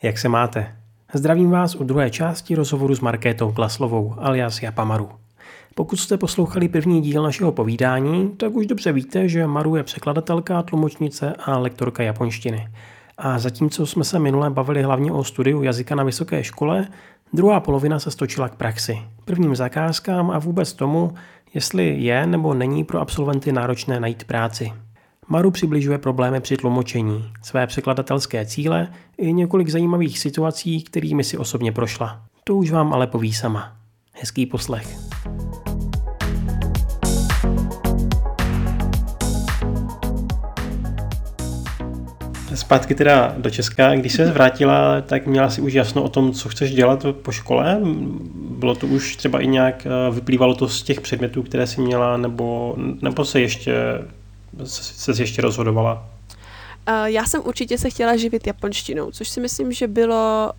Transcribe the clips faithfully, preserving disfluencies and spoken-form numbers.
Jak se máte? Zdravím vás u druhé části rozhovoru s Markétou Klaslovou, alias Japa Maru. Pokud jste poslouchali první díl našeho povídání, tak už dobře víte, že Maru je překladatelka, tlumočnice a lektorka japonštiny. A zatímco jsme se minule bavili hlavně o studiu jazyka na vysoké škole, druhá polovina se stočila k praxi, prvním zakázkám a vůbec tomu, jestli je nebo není pro absolventy náročné najít práci. Maru přibližuje problémy při tlumočení, své překladatelské cíle i několik zajímavých situací, kterými si osobně prošla. To už vám ale poví sama. Hezký poslech. Zpátky teda do Česka. Když se vrátila, tak měla si už jasno o tom, co chceš dělat po škole? Bylo to už třeba i nějak, vyplývalo to z těch předmětů, které jsi měla, nebo, nebo se ještě se ještě rozhodovala? Uh, já jsem určitě se chtěla živit japonštinou, což si myslím, že bylo,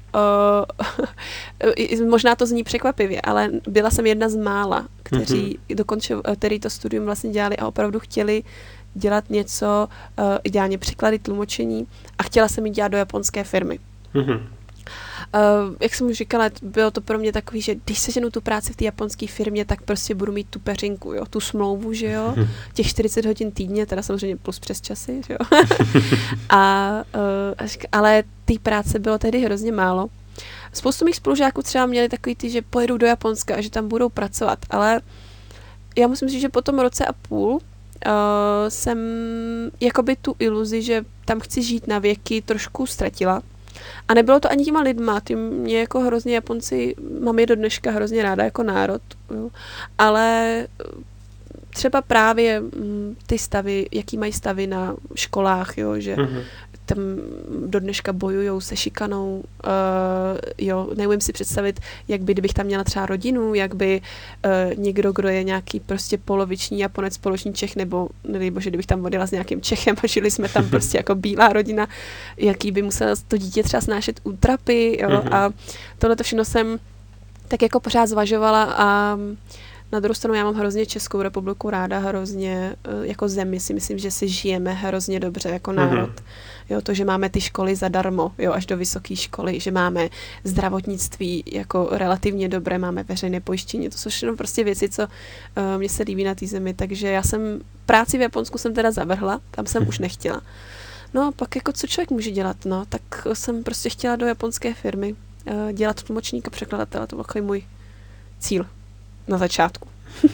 uh, možná to zní překvapivě, ale byla jsem jedna z mála, kteří mm-hmm. dokončil, který to studium vlastně dělali a opravdu chtěli dělat něco, uh, ideálně překlady, tlumočení a chtěla jsem jít dělat do japonské firmy. Mm-hmm. Uh, jak jsem už říkala, bylo to pro mě takový, že když seženu tu práci v té japonské firmě, tak prostě budu mít tu peřinku, jo, tu smlouvu, že jo, těch čtyřicet hodin týdně, teda samozřejmě plus přes časy, že jo. a, uh, ale té práce bylo tehdy hrozně málo. Spoustu mých spolužáků třeba měli takový ty, že pojedou do Japonska a že tam budou pracovat, ale já musím říct, že po tom roce a půl uh, jsem jakoby tu iluzi, že tam chci žít na věky, trošku ztratila. A nebylo to ani těma lidma, ty mě jako hrozně Japonci, mám je do dneška hrozně ráda jako národ, jo. Ale třeba právě m, ty stavy, jaký mají stavy na školách, jo, že mm-hmm. tam do dneška bojujou se šikanou, uh, jo, neumím si představit, jak by, kdybych tam měla třeba rodinu, jak by uh, někdo, kdo je nějaký prostě poloviční Japonec, poloviční Čech, nebo nedej bože, kdybych tam odjela s nějakým Čechem a žili jsme tam prostě jako bílá rodina, jaký by musela to dítě třeba snášet útrapy, jo, mm-hmm. a tohle to všechno jsem tak jako pořád zvažovala a na druhou stranu já mám hrozně Českou republiku ráda, hrozně jako zemi si myslím, že si žijeme hrozně dobře jako národ. Mm-hmm. Jo, to, že máme ty školy zadarmo, jo, až do vysoké školy, že máme zdravotnictví jako relativně dobré, máme veřejné pojištění, to jsou všechno prostě věci, co uh, mně se líbí na té zemi, takže já jsem práci v Japonsku jsem teda zavrhla, tam jsem už nechtěla. No a pak jako co člověk může dělat, no, tak jsem prostě chtěla do japonské firmy uh, dělat tlumočníka, překladatele, to byl takový můj cíl na začátku.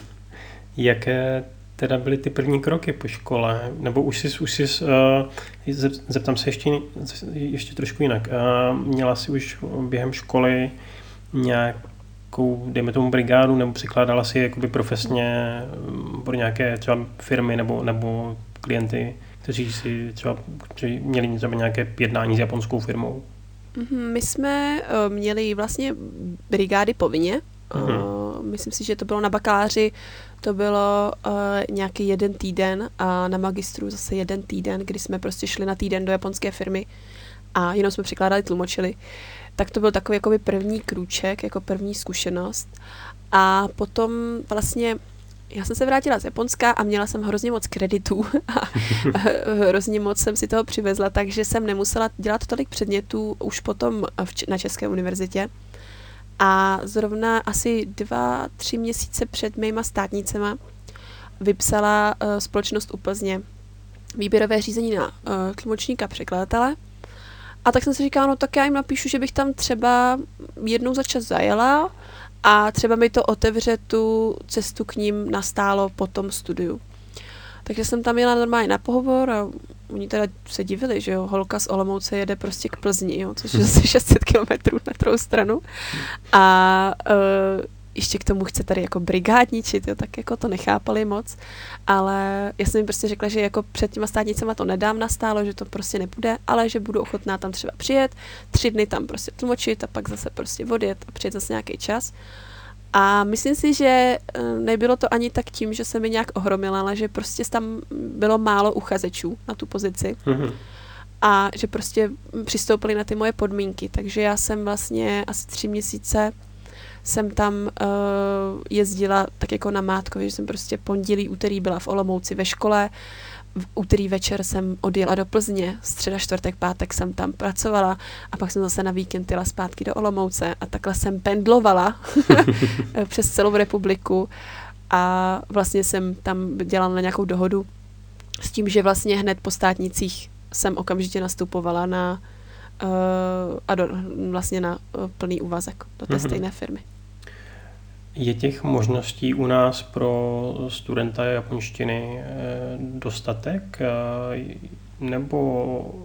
Jaké teda byly ty první kroky po škole? Nebo už jsi, už jsi uh, zeptám se ještě, ještě trošku jinak. Uh, měla jsi už během školy nějakou, dejme tomu, brigádu, nebo překládala si jakoby profesně pro nějaké třeba firmy nebo, nebo klienty, kteří si třeba kteří měli třeba nějaké jednání s japonskou firmou? My jsme uh, měli vlastně brigády povinně. Uh-huh. Uh, myslím si, že to bylo na bakaláři, to bylo uh, nějaký jeden týden a na magistru zase jeden týden, kdy jsme prostě šli na týden do japonské firmy a jenom jsme překládali, tlumočili. Tak to byl takový jakoby první krůček, jako první zkušenost. A potom vlastně já jsem se vrátila z Japonska a měla jsem hrozně moc kreditů a hrozně moc jsem si toho přivezla, takže jsem nemusela dělat tolik předmětů už potom na České univerzitě. A zrovna asi dva, tři měsíce před mýma státnicema vypsala uh, společnost u Plzně výběrové řízení na uh, tlumočníka překladatele. A tak jsem si říkala, no tak já jim napíšu, že bych tam třeba jednou za čas zajela a třeba mi to otevře tu cestu k ním nastálo po tom studiu. Takže jsem tam jela normálně na pohovor a oni teda se divili, že jo, holka z Olomouce jede prostě k Plzni, jo, což je zase šest set kilometrů na druhou stranu. A uh, ještě k tomu chce tady jako brigádničit, jo, tak jako to nechápali moc. Ale já jsem jim prostě řekla, že jako před těma státnicema to nedám nastálo, že to prostě nepůjde, ale že budu ochotná tam třeba přijet, tři dny tam prostě tlumočit a pak zase prostě odjet a přijet zase nějaký čas. A myslím si, že nebylo to ani tak tím, že se mi nějak ohromila, ale že prostě tam bylo málo uchazečů na tu pozici. Mm-hmm. A že prostě přistoupili na ty moje podmínky. Takže já jsem vlastně asi tři měsíce jsem tam uh, jezdila tak jako na mátkově, že jsem prostě pondělí, úterý byla v Olomouci ve škole, v úterý večer jsem odjela do Plzně, středa, čtvrtek, pátek jsem tam pracovala a pak jsem zase na víkend jela zpátky do Olomouce a takhle jsem pendlovala přes celou republiku a vlastně jsem tam dělala na nějakou dohodu s tím, že vlastně hned po státnicích jsem okamžitě nastupovala na uh, a do, vlastně na uh, plný úvazek do té mm-hmm. stejné firmy. Je těch možností u nás pro studenta japonštiny dostatek? Nebo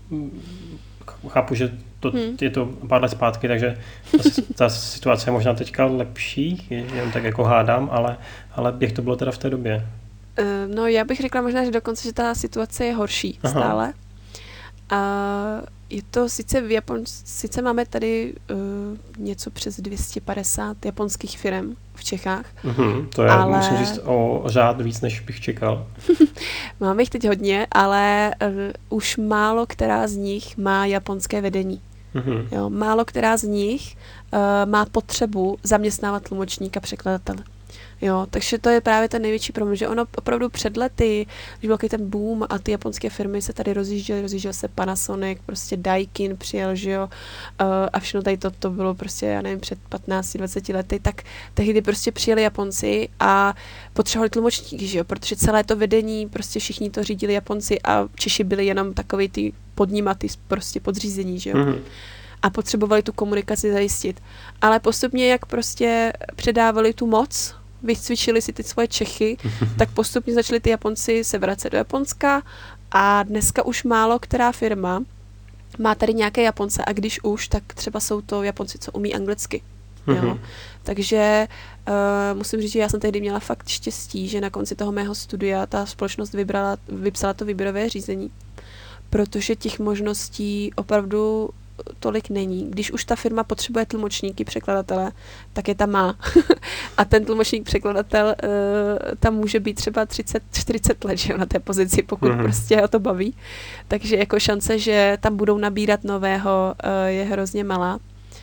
chápu, že to, hmm. je to pár let zpátky, takže ta, ta situace je možná teďka lepší, jenom tak jako hádám, ale, ale jak to bylo teda v té době? No já bych řekla možná, že dokonce, že ta situace je horší Aha. stále. A je to sice v Japonsku, sice máme tady uh, něco přes dvě stě padesát japonských firm v Čechách. Mm-hmm, to je, ale... musím říct, o řád víc, než bych čekal. Máme jich teď hodně, ale uh, už málo která z nich má japonské vedení. Mm-hmm. Jo, málo která z nich uh, má potřebu zaměstnávat tlumočníka, překladatele. Jo, takže to je právě ten největší problém, že ono opravdu před lety, když byl ten boom a ty japonské firmy se tady rozjížděly, rozjížděl se Panasonic, prostě Daikin přijel, že jo, uh, a všechno tady to, to bylo prostě, já nevím, před patnáct dvacet lety, tak tehdy prostě přijeli Japonci a potřebovali tlumočníky, že jo, protože celé to vedení, prostě všichni to řídili Japonci a Češi byli jenom takový ty pod nima, ty prostě podřízení, že jo. Mm-hmm. A potřebovali tu komunikaci zajistit. Ale postupně, jak prostě předávali tu moc, vycvičili si ty svoje Čechy, tak postupně začali ty Japonci se vracet do Japonska a dneska už málo která firma má tady nějaké Japonce a když už, tak třeba jsou to Japonci, co umí anglicky. Jo? Takže uh, musím říct, že já jsem tehdy měla fakt štěstí, že na konci toho mého studia ta společnost vybrala, vypsala to výběrové řízení, protože těch možností opravdu tolik není. Když už ta firma potřebuje tlumočníky, překladatele, tak je tam má. A ten tlumočník, překladatel uh, tam může být třeba třicet čtyřicet let, že jo, na té pozici, pokud mm-hmm. prostě o to baví. Takže jako šance, že tam budou nabírat nového, uh, je hrozně malá.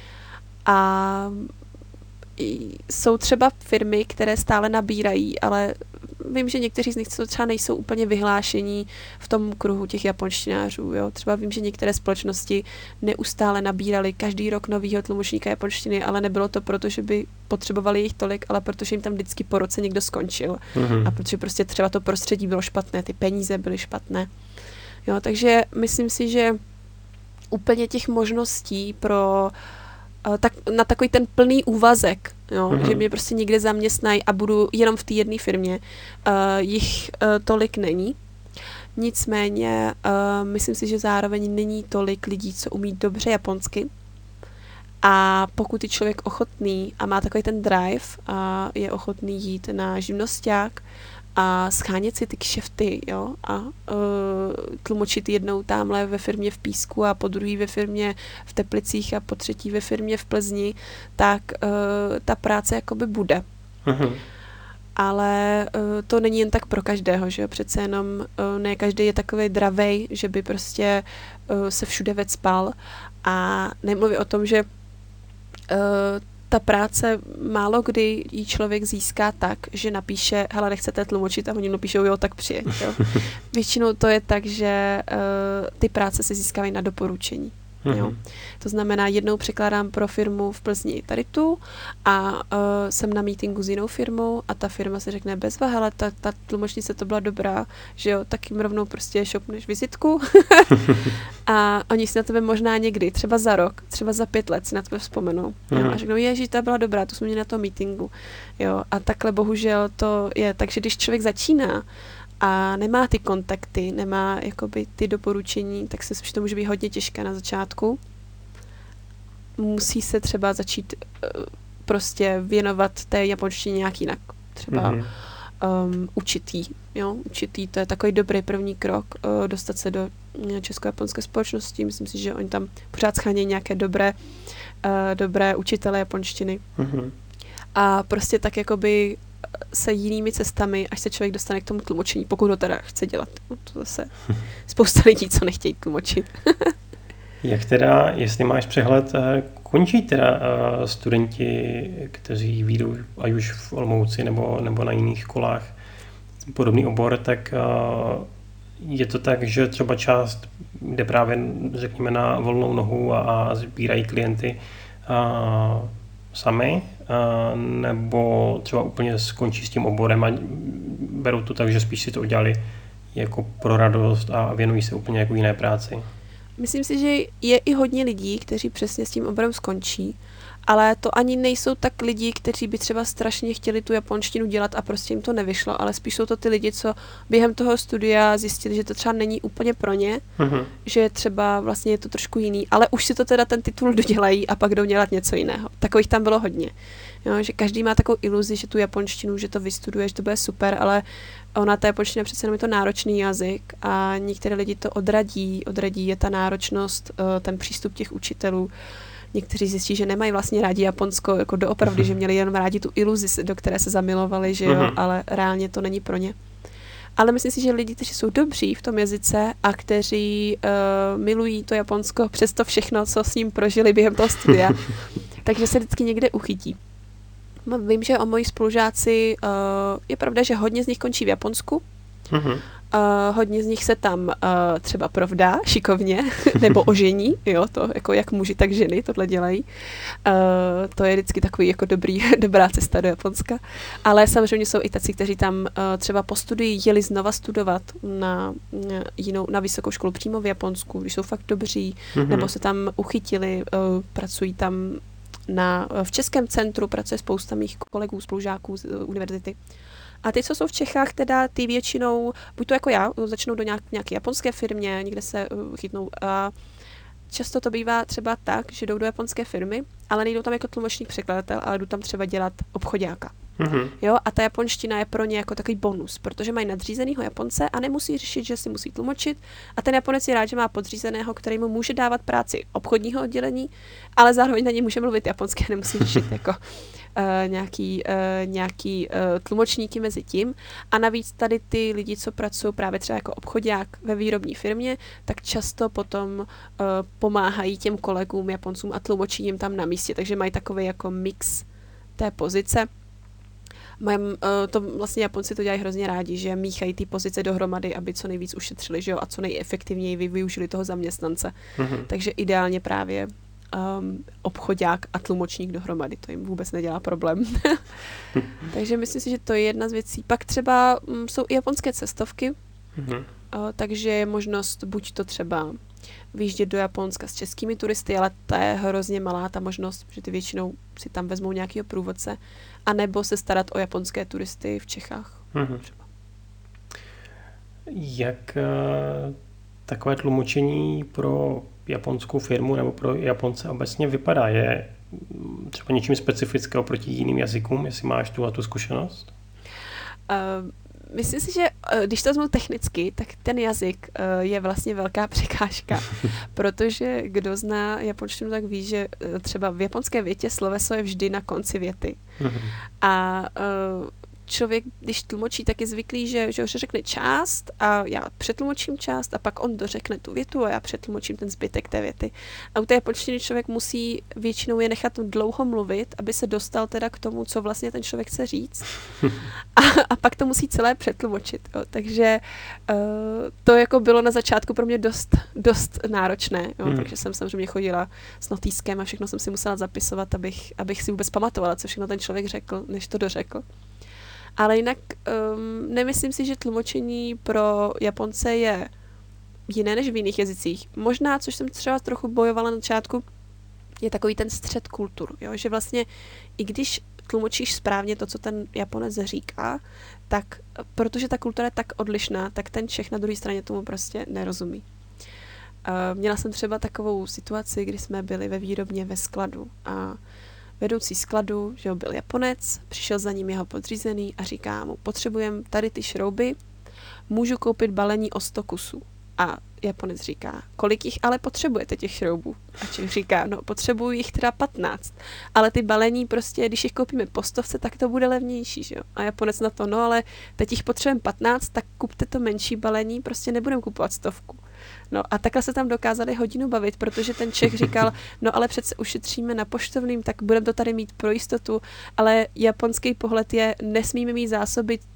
A jsou třeba firmy, které stále nabírají, ale vím, že někteří z nich třeba nejsou úplně vyhlášení v tom kruhu těch japonštinářů. Jo? Třeba vím, že některé společnosti neustále nabírali každý rok novýho tlumočníka japonštiny, ale nebylo to proto, že by potřebovali jich tolik, ale protože jim tam vždycky po roce někdo skončil. Mm-hmm. A protože prostě třeba to prostředí bylo špatné, ty peníze byly špatné. Jo? Takže myslím si, že úplně těch možností pro tak na takový ten plný úvazek, jo, mm-hmm. že mě prostě někde zaměstnají a budu jenom v té jedné firmě, uh, jich uh, tolik není. Nicméně uh, myslím si, že zároveň není tolik lidí, co umí dobře japonsky. A pokud je člověk ochotný a má takový ten drive a je ochotný jít na živnosťák a schánět si ty kšefty, jo, a uh, tlumočit jednou tamhle ve firmě v Písku a po druhý ve firmě v Teplicích a po třetí ve firmě v Plzni, tak uh, ta práce jakoby bude. Mm-hmm. Ale uh, to není jen tak pro každého, že jo, přece jenom uh, ne každý je takovej dravej, že by prostě uh, se všude vecpal a nemluví o tom, že uh, ta práce málo kdy jí člověk získá tak, že napíše, hele, nechcete tlumočit a oni napíšou, jo, tak přijeď. Jo. Většinou to je tak, že uh, ty práce se získávají na doporučení. Mm-hmm. Jo. To znamená, jednou překládám pro firmu v Plzni tady tu a uh, jsem na meetingu s jinou firmou a ta firma se řekne bezva, hele, ta, ta tlumočnice to byla dobrá, že jo, tak jim rovnou prostě šopneš vizitku a oni si na tebe možná někdy, třeba za rok, třeba za pět let si na tebe vzpomenou. Mm-hmm. Jo, a řeknou, ježiš, ta byla dobrá, tu jsme měli na tom meetingu. Jo, a takhle bohužel to je, takže když člověk začíná a nemá ty kontakty, nemá jakoby ty doporučení, tak se to může být hodně těžké na začátku. Musí se třeba začít uh, prostě věnovat té japonštině nějak jinak. Třeba mm-hmm. um, učit jí. Jo? Učit jí, to je takový dobrý první krok, uh, dostat se do česko-japonské společnosti. Myslím si, že oni tam pořád schánějí nějaké dobré, uh, dobré učitele japonštiny. Mm-hmm. A prostě tak jakoby se jinými cestami, až se člověk dostane k tomu tlumočení, pokud ho teda chce dělat. No, to zase spousta lidí, co nechtějí tlumočit. Jak teda, jestli máš přehled, končí teda studenti, kteří vyjdou ať už v Olomouci nebo, nebo na jiných školách podobný obor, tak je to tak, že třeba část jde právě, řekněme, na volnou nohu a, a sbírají klienty a, sami, a, nebo třeba úplně skončí s tím oborem a berou to tak, že spíš si to udělali jako pro radost a věnují se úplně jako jiné práci? Myslím si, že je i hodně lidí, kteří přesně s tím oborem skončí, ale to ani nejsou tak lidi, kteří by třeba strašně chtěli tu japonštinu dělat a prostě jim to nevyšlo, ale spíš jsou to ty lidi, co během toho studia zjistili, že to třeba není úplně pro ně, mm-hmm. že třeba vlastně je to trošku jiný, ale už si to teda ten titul dodělají a pak jdou dělat něco jiného. Takových tam bylo hodně. Jo, že každý má takovou iluzi, že tu japonštinu, že to vystuduje, že to bude super, ale ona, ta japonština přece jenom je to náročný jazyk a některé lidi to odradí, odradí je ta náročnost, ten přístup těch učitelů. Někteří zjistí, že nemají vlastně rádi Japonsko, jako doopravdy, že měli jenom rádi tu iluzi, do které se zamilovali, že jo, uh-huh. ale reálně to není pro ně. Ale myslím si, že lidi, kteří jsou dobří v tom jazyce a kteří uh, milují to Japonsko přes to všechno, co s ním prožili během toho studia, takže se vždycky někde uchytí. Vím, že o moji spolužáci uh, je pravda, že hodně z nich končí v Japonsku. Uh-huh. Uh, hodně z nich se tam uh, třeba provdá šikovně, nebo ožení, jo, to jako jak muži, tak ženy tohle dělají. Uh, to je vždycky takový jako dobrý, dobrá cesta do Japonska. Ale samozřejmě jsou i tací, kteří tam uh, třeba po studii jeli znova studovat na, na jinou, na vysokou školu přímo v Japonsku, když jsou fakt dobří, mm-hmm. nebo se tam uchytili, uh, pracují tam na, v Českém centru, pracuje spousta mých kolegů, spolužáků z uh, univerzity. A ty, co jsou v Čechách, teda ty většinou, buď to jako já, začnou do nějak, nějaké japonské firmě, někde se uh, chytnou. A často to bývá třeba tak, že jdou do japonské firmy, ale nejdou tam jako tlumočník překladatel, ale jdou tam třeba dělat obchoďáka. Mm-hmm. Jo, a ta japonština je pro ně jako takový bonus, protože mají nadřízenýho Japonce a nemusí řešit, že si musí tlumočit. A ten Japonec je rád, že má podřízeného, který mu může dávat práci obchodního oddělení, ale zároveň na něj může mluvit japonsky a nemusí řešit jako uh, nějaký, uh, nějaký uh, tlumočníky mezi tím. A navíc tady ty lidi, co pracují právě třeba jako obchodák ve výrobní firmě, tak často potom uh, pomáhají těm kolegům Japoncům a tlumočí jim tam na místě, takže mají takový jako mix té pozice. Majem, uh, to vlastně Japonci to dělají hrozně rádi, že míchají ty pozice dohromady, aby co nejvíc ušetřili, že jo, a co nejefektivněji využili toho zaměstnance. Mm-hmm. Takže ideálně právě um, obchodák a tlumočník dohromady, to jim vůbec nedělá problém. Takže myslím si, že to je jedna z věcí. Pak třeba um, jsou i japonské cestovky, mm-hmm. uh, takže je možnost buď to třeba vyjíždět do Japonska s českými turisty, ale to je hrozně malá ta možnost, že ty většinou si tam vezmou nějakého průvodce, anebo se starat o japonské turisty v Čechách. Mm-hmm. Třeba. Jak uh, takové tlumočení pro japonskou firmu nebo pro Japonce obecně vypadá? Je třeba něčím specifického proti jiným jazykům, jestli máš tu a tu zkušenost? Uh, Myslím si, že když to vezmu technicky, tak ten jazyk je vlastně velká překážka, protože kdo zná japonštinu, tak ví, že třeba v japonské větě sloveso je vždy na konci věty. A člověk, když tlumočí, tak je zvyklý, že, že řekne část a já přetlumočím část a pak on dořekne tu větu a já přetlumočím ten zbytek té věty. A u té japonštiny člověk musí většinou je nechat dlouho mluvit, aby se dostal teda k tomu, co vlastně ten člověk chce říct. A, a pak to musí celé přetlumočit. Jo. Takže uh, to jako bylo na začátku pro mě dost, dost náročné. Jo. Hmm. Takže jsem samozřejmě chodila s notýskem a všechno jsem si musela zapisovat, abych, abych si vůbec pamatovala, co všechno ten člověk řekl, než to dořekl. Ale jinak um, nemyslím si, že tlumočení pro Japonce je jiné než v jiných jazycích. Možná, což jsem třeba trochu bojovala na začátku, je takový ten střed kultur. Jo? Že vlastně i když tlumočíš správně to, co ten Japonec říká, tak protože ta kultura je tak odlišná, tak ten Čech na druhé straně tomu prostě nerozumí. Uh, měla jsem třeba takovou situaci, kdy jsme byli ve výrobně ve skladu a vedoucí skladu, že byl Japonec, přišel za ním jeho podřízený a říká mu, potřebujeme tady ty šrouby, můžu koupit balení o sto kusů. A Japonec říká, kolik jich ale potřebujete těch šroubů? A Čech říká, no potřebuji jich teda patnáct, ale ty balení prostě, když jich koupíme po stovce, tak to bude levnější, že jo? A Japonec na to, no ale teď jich potřebujeme patnáct, tak kupte to menší balení, prostě nebudeme kupovat stovku. No a takhle se tam dokázali hodinu bavit, protože ten Čech říkal, no ale přece ušetříme na poštovným, tak budeme to tady mít pro jistotu, ale japonský pohled je, nesmíme mít zásoby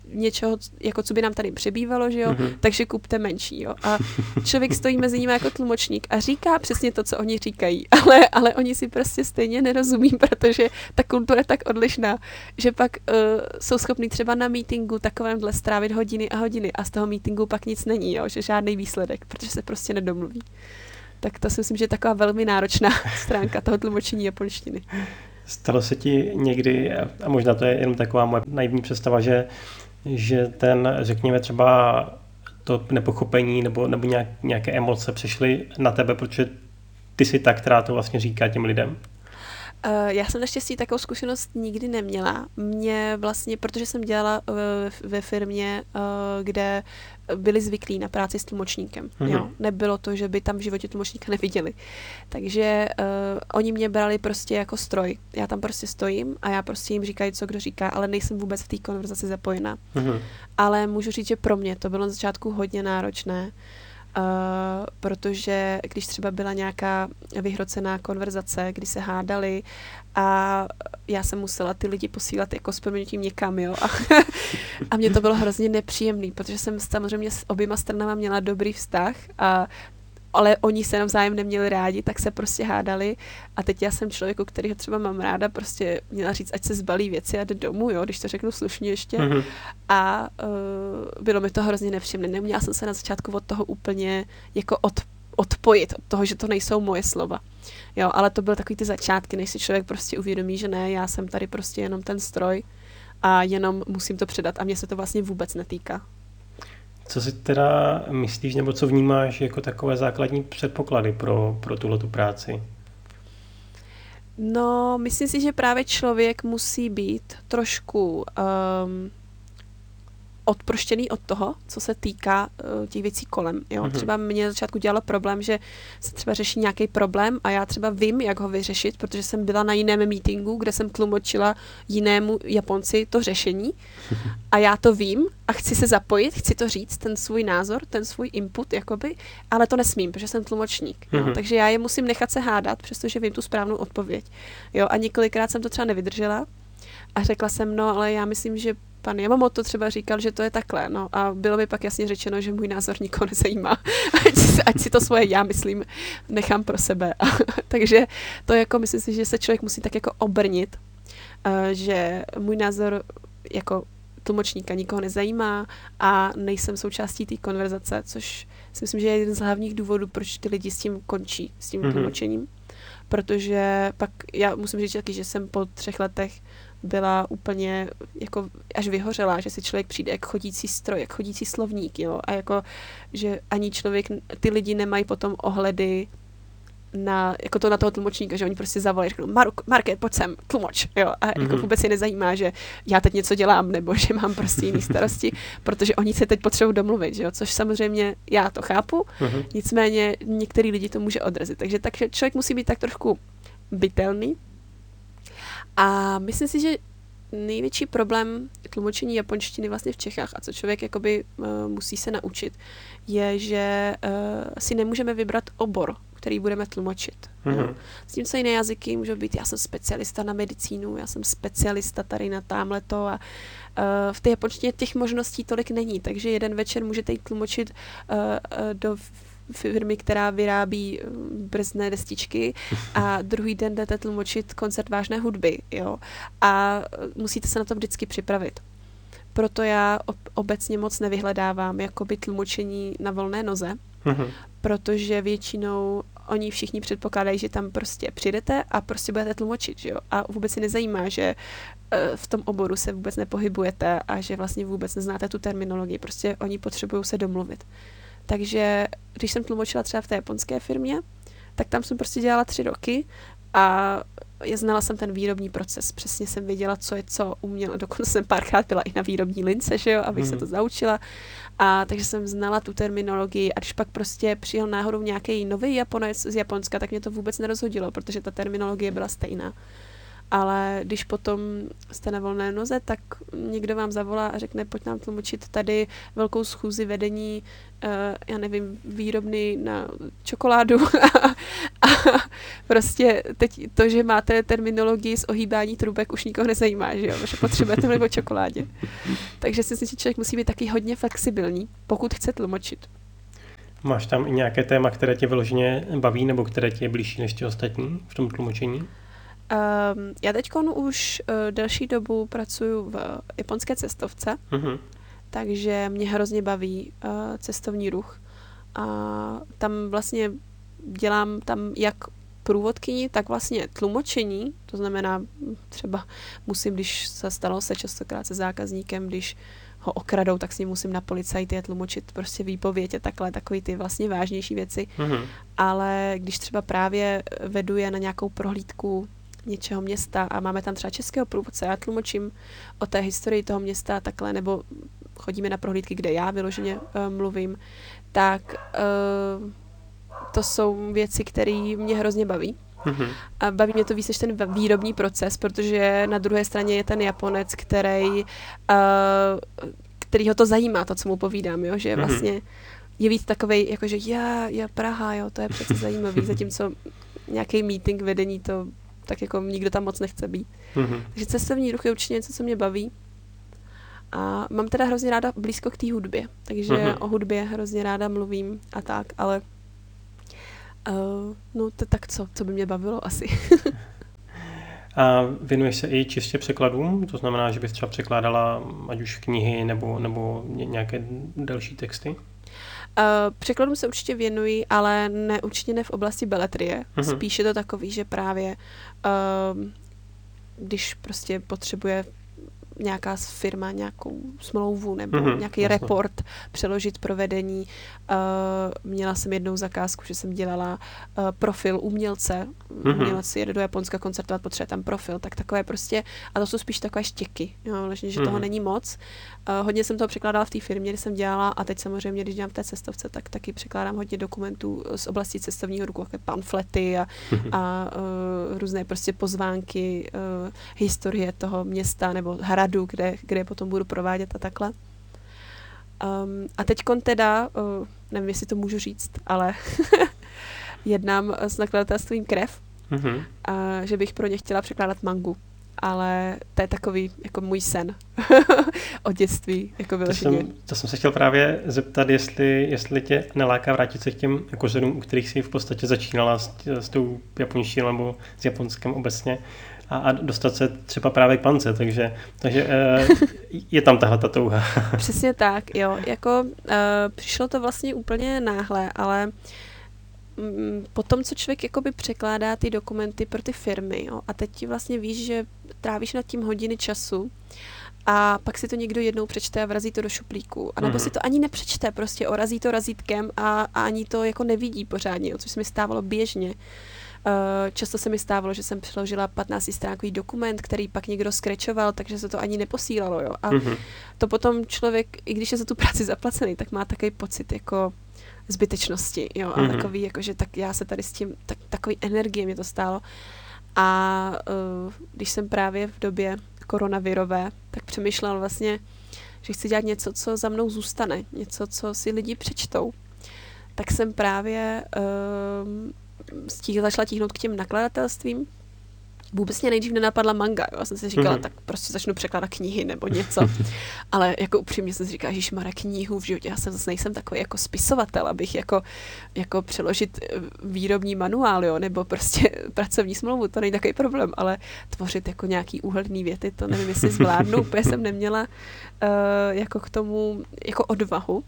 něčeho, jako co by nám tady přebývalo, že jo, mm-hmm. takže kupte menší, jo. A člověk stojí mezi nimi jako tlumočník a říká přesně to, co oni říkají, ale, ale oni si prostě stejně nerozumí, protože ta kultura je tak odlišná, že pak uh, jsou schopní třeba na meetingu takovémhle strávit hodiny a hodiny a z toho meetingu pak nic není, jo, že žádný výsledek, protože se prostě nedomluví. Tak to si myslím, že je taková velmi náročná stránka toho tlumočení japonštiny. Stalo se ti někdy, a možná to je jenom taková moje naivní představa, že, že ten, řekněme třeba to nepochopení nebo, nebo nějak, nějaké emoce přešly na tebe, protože ty jsi ta, která to vlastně říká těm lidem? Uh, já jsem naštěstí takovou zkušenost nikdy neměla. Mě vlastně, protože jsem dělala uh, ve firmě, uh, kde byli zvyklí na práci s tlumočníkem. Mm-hmm. Jo? Nebylo to, že by tam v životě tlumočníka neviděli. Takže uh, oni mě brali prostě jako stroj. Já tam prostě stojím a já prostě jim říkají, co kdo říká, ale nejsem vůbec v té konverzaci zapojená. Mm-hmm. Ale můžu říct, že pro mě to bylo na začátku hodně náročné, Uh, protože když třeba byla nějaká vyhrocená konverzace, kdy se hádali a já jsem musela ty lidi posílat jako s proměnutím někam, jo. A, a mně to bylo hrozně nepříjemný, protože jsem samozřejmě s oběma stranama měla dobrý vztah a ale oni se navzájem neměli rádi, tak se prostě hádali a teď já jsem člověku, kterýho třeba mám ráda, prostě měla říct, ať se zbalí věci a jde domů, jo, když to řeknu slušně ještě. Mm-hmm. A uh, bylo mi to hrozně nepříjemné. Neuměla jsem se na začátku od toho úplně jako od, odpojit, od toho, že to nejsou moje slova. Jo, ale to byly takový ty začátky, než si člověk prostě uvědomí, že ne, já jsem tady prostě jenom ten stroj a jenom musím to předat a mě se to vlastně vůbec netýká. Co si teda myslíš, nebo co vnímáš jako takové základní předpoklady pro, pro tuhletu práci? No, myslím si, že právě člověk musí být trošku um, odproštěný od toho, co se týká uh, těch věcí kolem. Jo? Mm-hmm. Třeba mě na začátku dělalo problém, že se třeba řeší nějaký problém a já třeba vím, jak ho vyřešit, protože jsem byla na jiném meetingu, kde jsem tlumočila jinému Japonci to řešení a já to vím a chci se zapojit, chci to říct, ten svůj názor, ten svůj input, jakoby, ale to nesmím, protože jsem tlumočník. Mm-hmm. Jo? Takže já je musím nechat se hádat, přestože vím tu správnou odpověď. Jo? A několikrát jsem to třeba nevydržela a řekla jsem, no, ale já myslím, že pan Yamamoto třeba říkal, že to je takhle, no a bylo mi pak jasně řečeno, že můj názor nikoho nezajímá, ať si, ať si to svoje já myslím nechám pro sebe. A, takže to jako myslím si, že se člověk musí tak jako obrnit, uh, že můj názor jako tlumočníka nikoho nezajímá a nejsem součástí té konverzace, což si myslím, že je jeden z hlavních důvodů, proč ty lidi s tím končí, s tím mm-hmm. tlumočením. Protože pak já musím říct taky, že jsem po třech letech byla úplně jako až vyhořelá, že si člověk přijde jak chodící stroj, jak chodící slovník, jo, a jako, že ani člověk, ty lidi nemají potom ohledy na, jako to na toho tlumočníka, že oni prostě zavolají, řeknou, Mark, Market, pojď sem, tlumoč, jo, a mm-hmm. jako vůbec je nezajímá, že já teď něco dělám, nebo že mám prostě jiný starosti, protože oni se teď potřebují domluvit, že jo, což samozřejmě já to chápu, mm-hmm. nicméně některý lidi to může odrazit, takže, takže člověk musí být tak trošku bytelný. A myslím si, že největší problém tlumočení japonštiny vlastně v Čechách a co člověk jakoby uh, musí se naučit, je, že uh, si nemůžeme vybrat obor, který budeme tlumočit. Mm-hmm. S tím, co jiné jazyky můžou být, já jsem specialista na medicínu, já jsem specialista tady na támhleto a uh, v té japonštině těch možností tolik není, takže jeden večer můžete jít tlumočit uh, uh, do firmy, která vyrábí brzdné destičky a druhý den jdete tlumočit koncert vážné hudby, jo. A musíte se na to vždycky připravit. Proto já obecně moc nevyhledávám jakoby tlumočení na volné noze, mm-hmm. protože většinou oni všichni předpokládají, že tam prostě přijdete a prostě budete tlumočit, jo. A vůbec si nezajímá, že v tom oboru se vůbec nepohybujete a že vlastně vůbec neznáte tu terminologii. Prostě oni potřebují se domluvit. Takže když jsem tlumočila třeba v té japonské firmě, tak tam jsem prostě dělala tři roky a znala jsem ten výrobní proces. Přesně jsem věděla, co je co, uměla. Dokonce jsem párkrát byla i na výrobní lince, že jo, abych mm. se to zaučila. A takže jsem znala tu terminologii a když pak prostě přijel náhodou nějaký nový Japonec z Japonska, tak mě to vůbec nerozhodilo, protože ta terminologie byla stejná. Ale když potom jste na volné noze, tak někdo vám zavolá a řekne, pojď nám tlumočit tady velkou schůzi vedení, uh, já nevím, výrobny na čokoládu a, a prostě teď to, že máte terminologii z ohýbání trubek, už nikoho nezajímá, že jo, že potřebujete nebo čokoládě. Takže si myslím, že člověk musí být taky hodně flexibilní, pokud chce tlumočit. Máš tam i nějaké téma, které tě vyloženě baví, nebo které tě je blížší než ty ostatní v tom tlumočení? Um, já teď už uh, delší dobu pracuji v japonské cestovce, uh-huh. takže mě hrozně baví uh, cestovní ruch. A tam vlastně dělám tam jak průvodkyni, tak vlastně tlumočení, to znamená třeba musím, když se stalo se častokrát se zákazníkem, když ho okradou, tak s ním musím na policajty je tlumočit prostě výpověď a takhle, takový ty vlastně vážnější věci. Mm-hmm. Ale když třeba právě vedu je na nějakou prohlídku něčeho města a máme tam třeba českého průvodce, já tlumočím o té historii toho města a takhle, nebo chodíme na prohlídky, kde já vyloženě uh, mluvím, tak uh, to jsou věci, které mě hrozně baví. Mm-hmm. A baví mě to víc než ten výrobní proces, protože na druhé straně je ten Japonec, který, uh, který ho to zajímá, to, co mu povídám, jo? Že vlastně mm-hmm. je víc takovej, jakože já, já Praha, jo, to je přece zajímavý, zatímco nějaký meeting vedení, to tak jako nikdo tam moc nechce být. Mm-hmm. Takže cestovní ruch je určitě něco, co mě baví. A mám teda hrozně ráda blízko k té hudbě, takže mm-hmm. o hudbě hrozně ráda mluvím a tak, ale uh, no to tak co, co by mě bavilo asi. A věnuješ se i čistě překladům? To znamená, že bys třeba překládala ať už knihy nebo, nebo nějaké další texty? Uh, překladům se určitě věnuji, ale ne, určitě ne v oblasti beletrie. Mm-hmm. Spíš je to takový, že právě uh, když prostě potřebuje nějaká firma, nějakou smlouvu nebo mm-hmm, nějaký vlastně. report přeložit provedení. Uh, měla jsem jednou zakázku, že jsem dělala uh, profil umělce. Mm-hmm. Umělec jede do Japonska koncertovat, potřebuje tam profil, tak takové prostě, a to jsou spíš takové štěky, jo, vlastně, že mm-hmm. toho není moc. Uh, hodně jsem toho překládala v té firmě, kde jsem dělala a teď samozřejmě, když dělám v té cestovce, tak taky překládám hodně dokumentů z oblasti cestovního ruchu, jako pamflety a, mm-hmm. a uh, různé prostě pozvánky, uh, historie toho města nebo hradu, kde, kde potom budu provádět a takhle. Um, a teďkon teda, uh, nevím, jestli to můžu říct, ale jednám s nakladatelstvím Krev, mm-hmm. a že bych pro ně chtěla překládat mangu. Ale to je takový jako můj sen od dětství. Jako to, jsem, to jsem se chtěl právě zeptat, jestli, jestli tě neláká vrátit se k těm kořenům, u kterých jsi v podstatě začínala s, s tou japonštinou nebo s japonskem obecně a, a dostat se třeba právě k pance, takže, takže e, je tam tahle ta touha. Přesně tak, jo. Jako, e, přišlo to vlastně úplně náhle, ale po tom, co člověk jakoby překládá ty dokumenty pro ty firmy, jo, a teď vlastně víš, že trávíš nad tím hodiny času a pak si to někdo jednou přečte a vrazí to do šuplíku. A nebo mm-hmm. si to ani nepřečte, prostě orazí to razítkem a, a ani to jako nevidí pořádně, jo, což se mi stávalo běžně. Často se mi stávalo, že jsem přeložila patnáctistránkový dokument, který pak někdo skrečoval, takže se to ani neposílalo. Jo. A mm-hmm. to potom člověk, i když je za tu práci zaplacený, tak má takový pocit jako zbytečnosti, jo, a mm-hmm. takový, jakože tak já se tady s tím, tak, takový energie mě to stálo. A uh, když jsem právě v době koronavirové, tak přemýšlel vlastně, že chci dělat něco, co za mnou zůstane, něco, co si lidi přečtou. Tak jsem právě uh, stíh, začala tíhnout k těm nakladatelstvím. Vůbec mě nejdřív nenapadla manga, jo. Já jsem si říkala, mm-hmm. tak prostě začnu překládat knihy nebo něco. Ale jako upřímně jsem si říkala, ježišmarja, knihu v životě, já jsem zase nejsem takový jako spisovatel, abych jako, jako přeložit výrobní manuál, jo, nebo prostě pracovní smlouvu, to není takový problém, ale tvořit jako nějaký úhelný věty, to nevím, jestli zvládnu, úplně jsem neměla uh, jako k tomu jako odvahu.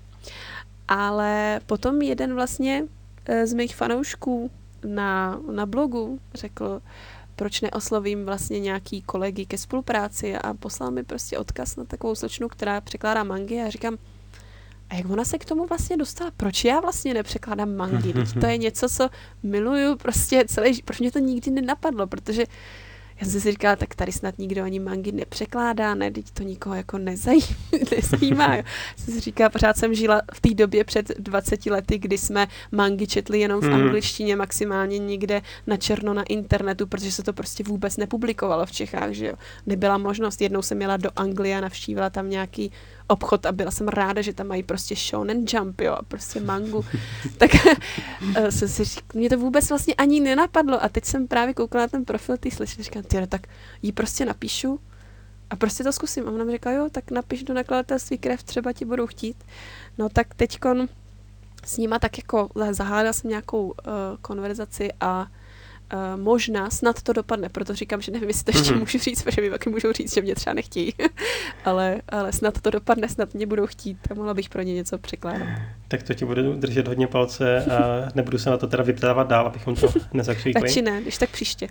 Ale potom jeden vlastně uh, z mých fanoušků na, na blogu řekl, proč neoslovím vlastně nějaký kolegy ke spolupráci a poslal mi prostě odkaz na takovou slečnu, která překládá mangy a já říkám, a jak ona se k tomu vlastně dostala? Proč já vlastně nepřekládám mangy? To je něco, co miluju prostě celý, proč mě to nikdy nenapadlo, protože já jsem si říkala, tak tady snad nikdo ani mangy nepřekládá, ne, teď to nikoho jako nezajímá. nezajímá jo. Jsem si říkala, pořád jsem žila v té době před dvaceti lety, kdy jsme mangy četli jenom v mm. angličtině, maximálně někde na černo na internetu, protože se to prostě vůbec nepublikovalo v Čechách, že jo. Nebyla možnost, jednou jsem jela do Anglie a navštívila tam nějaký obchod a byla jsem ráda, že tam mají prostě Shonen Jump, jo, a prostě mangu. Tak jsem si říkala, mě to vůbec vlastně ani nenapadlo a teď jsem právě koukala na ten profil té slečny, říkám, tyjo, tak jí prostě napíšu a prostě to zkusím. A ona mi říká, jo, tak napiš do nakladatelství Krev, třeba ti budou chtít. No tak teďkon s nima tak jako zahájila jsem nějakou uh, konverzaci a Uh, možná, snad to dopadne, proto říkám, že nevím, jestli to ještě mm-hmm. můžu říct, protože mi taky můžou říct, že mě třeba nechtějí, ale, ale snad to dopadne, snad mě budou chtít a mohla bych pro ně něco překládat. Tak to ti budu držet hodně palce a nebudu se na to teda vyptávat dál, abychom to nezakřikli. Tak či ne, když tak příště.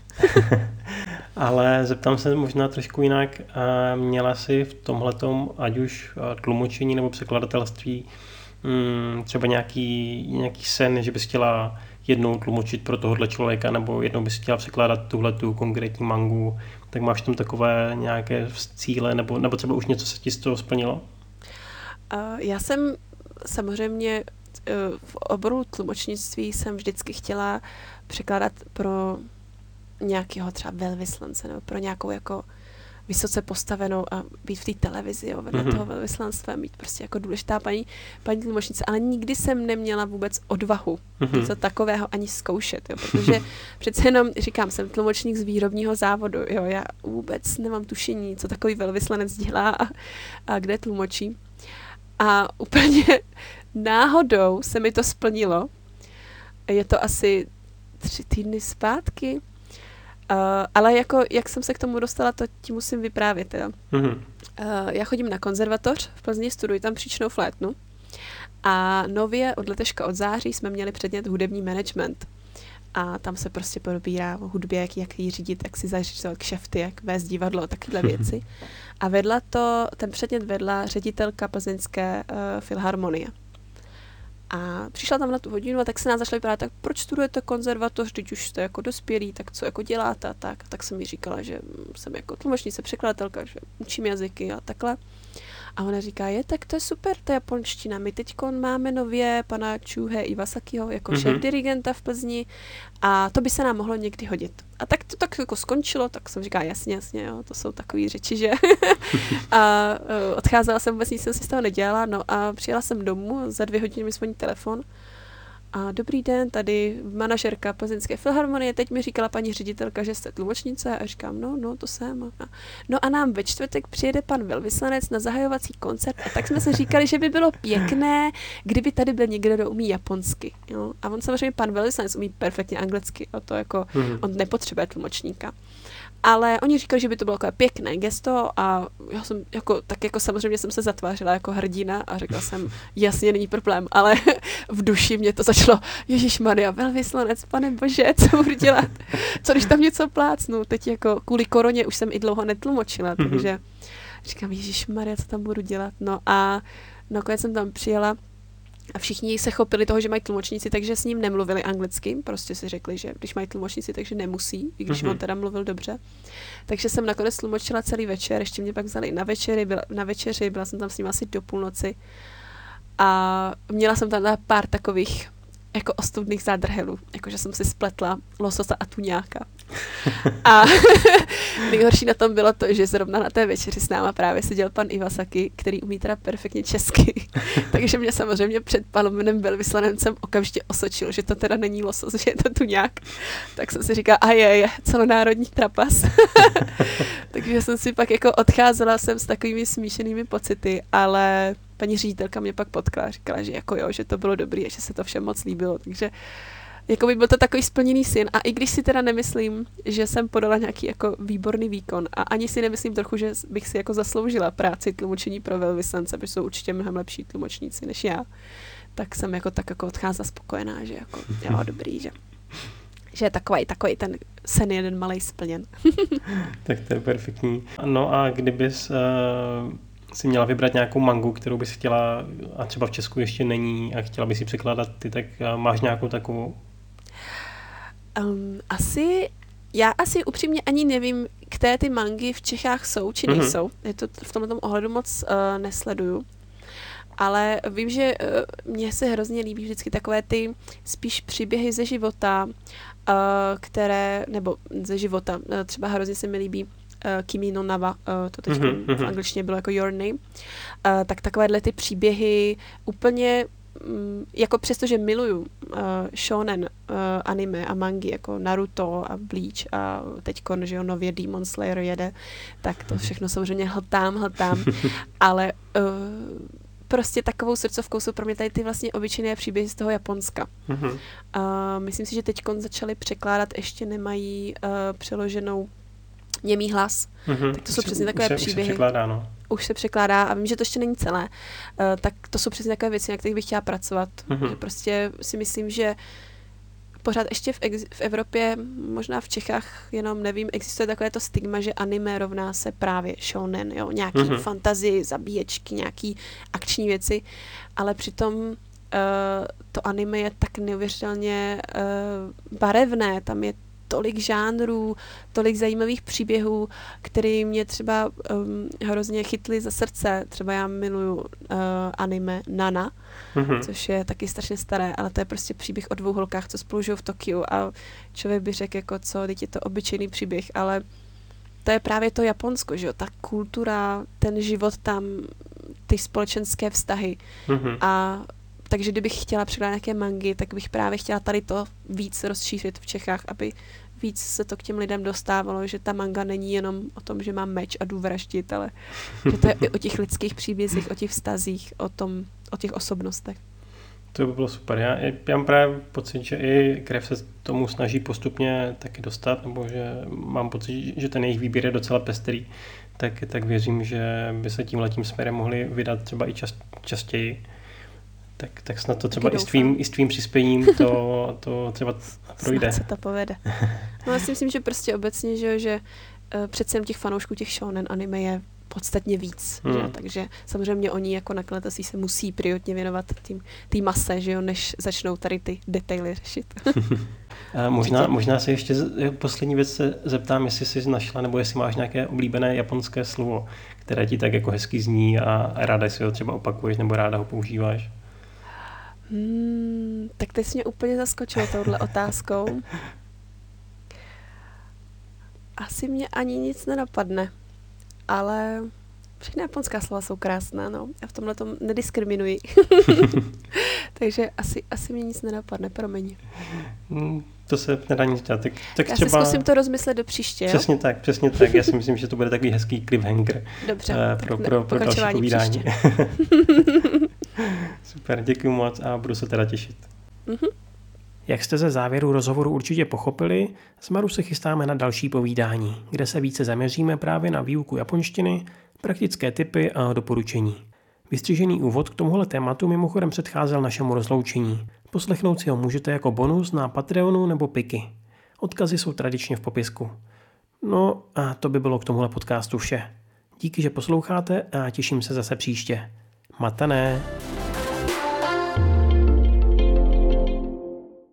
Ale zeptám se možná trošku jinak, měla jsi v tomhletom, ať už tlumočení nebo překladatelství, třeba nějaký, nějaký sen, že bys chtěla jednou tlumočit pro tohohle člověka, nebo jednou bys chtěla překládat tuhletu konkrétní mangu, tak máš tam takové nějaké cíle, nebo, nebo třeba už něco se ti z toho splnilo? Uh, já jsem samozřejmě uh, v oboru tlumočnictví jsem vždycky chtěla překládat pro nějakého třeba velvyslance, nebo pro nějakou jako vysoce postavenou a být v té televizi, jo, vedle mm-hmm. toho velvyslanství, mít prostě jako důležitá paní, paní tlumočnice, ale nikdy jsem neměla vůbec odvahu mm-hmm. něco takového ani zkoušet, jo, protože přece jenom, říkám, jsem tlumočník z výrobního závodu, jo, já vůbec nemám tušení, co takový velvyslanec dělá a, a kde tlumočí. A úplně náhodou se mi to splnilo. Je to asi tři týdny zpátky, Uh, ale jako, jak jsem se k tomu dostala, to ti musím vyprávět teda. Mm-hmm. Uh, já chodím na konzervatoř v Plzni, studuji tam příčnou flétnu a nově od leteška od září jsme měli předmět hudební management. A tam se prostě probírá o hudbě, jak, jak ji řídit, jak si zařizovat kšefty, jak vést divadlo a takovéhle věci. A vedla to, ten předmět vedla ředitelka plzeňské uh, filharmonie. A přišla tam na tu hodinu a tak se nás zašla vypadat, tak proč studujete konzervatoř, teď už jste jako dospělí, tak co jako děláte a tak. A tak jsem mi říkala, že jsem jako tlumočnice, překladatelka, že učím jazyky a takhle. A ona říká, je, tak to je super, ta japonština. My teď máme nově pana Chuhe Iwasakiho jako mm-hmm. šéf dirigenta v Plzni a to by se nám mohlo někdy hodit. A tak to tak jako skončilo, tak jsem říkala, jasně, jasně, jo, to jsou takový řeči, že? A uh, odcházela jsem, vůbec nic jsem si z toho nedělala, no a přijela jsem domů, za dvě hodiny mi zvoní telefon. A dobrý den, tady manažerka Plzeňské filharmonie, teď mi říkala paní ředitelka, že jste tlumočnice a říkám, no, no, to jsem. No a nám ve čtvrtek přijede pan velvyslanec na zahajovací koncert a tak jsme se říkali, že by bylo pěkné, kdyby tady byl někdo, kdo umí japonsky. Jo? A on samozřejmě, pan velvyslanec umí perfektně anglicky, a to jako, mm-hmm. on nepotřebuje tlumočníka. Ale oni říkali, že by to bylo takové pěkné gesto a já jsem jako, tak jako samozřejmě jsem se zatvářila jako hrdina a řekla jsem, jasně, není problém, ale v duši mě to začalo, ježišmarja, velvyslanec, pane bože, co budu dělat? Co když tam něco plácnu? Teď jako kvůli koroně už jsem i dlouho netlumočila, mm-hmm. takže říkám, ježišmarja, co tam budu dělat? No a nakonec jsem tam přijela a všichni se chopili toho, že mají tlumočníci, takže s ním nemluvili anglicky. Prostě si řekli, že když mají tlumočníci, takže nemusí, i když mm-hmm. on teda mluvil dobře. Takže jsem nakonec tlumočila celý večer, ještě mě pak vzali na večeři, byla, na večeři, byla jsem tam s ním asi do půlnoci. A měla jsem tam pár takových jako ostudných zádrhelů, jakože jsem si spletla lososa a tuňáka. A nejhorší na tom bylo to, že zrovna na té večeři s náma právě seděl pan Iwasaki, který umí teda perfektně česky. Takže mě samozřejmě před panem velvyslancem okamžitě osočil, že to teda není losos, že je to tuňák. Tak jsem si říkala, a je, je, celonárodní trapas. Takže jsem si pak jako odcházela jsem s takovými smíšenými pocity, ale paní ředitelka mě pak potkala, říkala, že jako jo, že to bylo dobrý a že se to všem moc líbilo, takže jako by byl to takový splněný sen a i když si teda nemyslím, že jsem podala nějaký jako výborný výkon a ani si nemyslím trochu, že bych si jako zasloužila práci tlumočení pro velvyslance, protože jsou určitě mnohem lepší tlumočníci než já, tak jsem jako tak jako odcházela spokojená, že jako jo, dobrý, že že je takový, takový ten sen jeden malej splněn. Tak to je perfektní. No a kdybys uh, si měla vybrat nějakou mangu, kterou bys chtěla, a třeba v Česku ještě není a chtěla bys si překládat ty, tak uh, máš nějakou takovou? Um, asi, já asi upřímně ani nevím, které ty mangy v Čechách jsou, či nejsou. Mm-hmm. Je to v tomto ohledu moc uh, nesleduju. Ale vím, že uh, mně se hrozně líbí vždycky takové ty spíš příběhy ze života, uh, které, nebo ze života, uh, třeba hrozně se mi líbí Kimi no Nawa, uh, to teď mm-hmm. v angličtině bylo jako Your Name, uh, tak takovéhle ty příběhy úplně jako přesto, že miluju uh, shonen uh, anime a mangy jako Naruto a Bleach a teďkon, že jo, nově Demon Slayer jede, tak to všechno samozřejmě hltám, hltám, ale uh, prostě takovou srdcovkou jsou pro mě tady ty vlastně obyčejné příběhy z toho Japonska. Uh, myslím si, že teďkon začali překládat, ještě nemají uh, přeloženou němý hlas, mm-hmm. tak to jsou už přesně se, takové už se, příběhy. Už se překládá, no. Už se překládá a vím, že to ještě není celé, uh, tak to jsou přesně takové věci, na kterých bych chtěla pracovat. Mm-hmm. Že prostě si myslím, že pořád ještě v, ex- v Evropě, možná v Čechách, jenom nevím, existuje takové to stigma, že anime rovná se právě shonen, jo, nějaký mm-hmm. fantazii, zabíječky, nějaký akční věci, ale přitom uh, to anime je tak neuvěřitelně uh, barevné, tam je tolik žánrů, tolik zajímavých příběhů, které mě třeba um, hrozně chytly za srdce. Třeba já miluju uh, anime Nana, mm-hmm. což je taky strašně staré, ale to je prostě příběh o dvou holkách, co spolu žijou v Tokiu a člověk by řekl, jako co, teď je to obyčejný příběh, ale to je právě to Japonsko, že jo, ta kultura, ten život tam, ty společenské vztahy mm-hmm. a takže kdybych chtěla překládat nějaké mangy, tak bych právě chtěla tady to víc rozšířit v Čechách, aby víc se to k těm lidem dostávalo, že ta manga není jenom o tom, že mám meč a jdu vraždit, ale že to je i o těch lidských příbězích, o těch vztazích, o tom, o těch osobnostech. To by bylo super. Já, já mám právě pocit, že i krev se tomu snaží postupně taky dostat, nebo že mám pocit, že ten jejich výběr je docela pestrý, tak, tak věřím, že by se tímhletím směrem mohli vydat třeba i čas, častěji. Tak, tak snad to třeba i s, tvým, i s tvým přispěním to, to třeba projde. Snad se to povede. No já si myslím, že prostě obecně, že, že uh, přece těch fanoušků těch shonen anime je podstatně víc. Hmm. Že? Takže samozřejmě oni jako nakladatelství se musí prioritně věnovat tím, tý mase, že jo, než začnou tady ty detaily řešit. A možná, možná se ještě z, poslední věc se zeptám, jestli jsi našla, nebo jestli máš nějaké oblíbené japonské slovo, které ti tak jako hezky zní a ráda si ho třeba opakuješ nebo ráda ho používáš. Hmm, tak teď jsi mě úplně zaskočil touhle otázkou. Asi mě ani nic nenapadne, ale všechny japonská slova jsou krásná, no. Já v tomhle tom nediskriminuji. Takže asi, asi mě nic nenapadne, promiň. Hmm, to se nedá nic dělat. Tak, tak Já třeba... si zkusím to rozmyslet do příště, jo? Přesně tak, přesně tak. Já si myslím, že to bude takový hezký cliffhanger. Dobře, uh, pro, pro, pro další povídání. Super, děkuji moc a budu se teda těšit. Mm-hmm. Jak jste ze závěru rozhovoru určitě pochopili, s Maru se chystáme na další povídání, kde se více zaměříme právě na výuku japonštiny, praktické tipy a doporučení. Vystřižený úvod k tomuhle tématu mimochodem předcházel našemu rozloučení. Poslechnout si ho můžete jako bonus na Patreonu nebo Piky. Odkazy jsou tradičně v popisku. No a to by bylo k tomuhle podcastu vše. Díky, že posloucháte a těším se zase příště. Matané!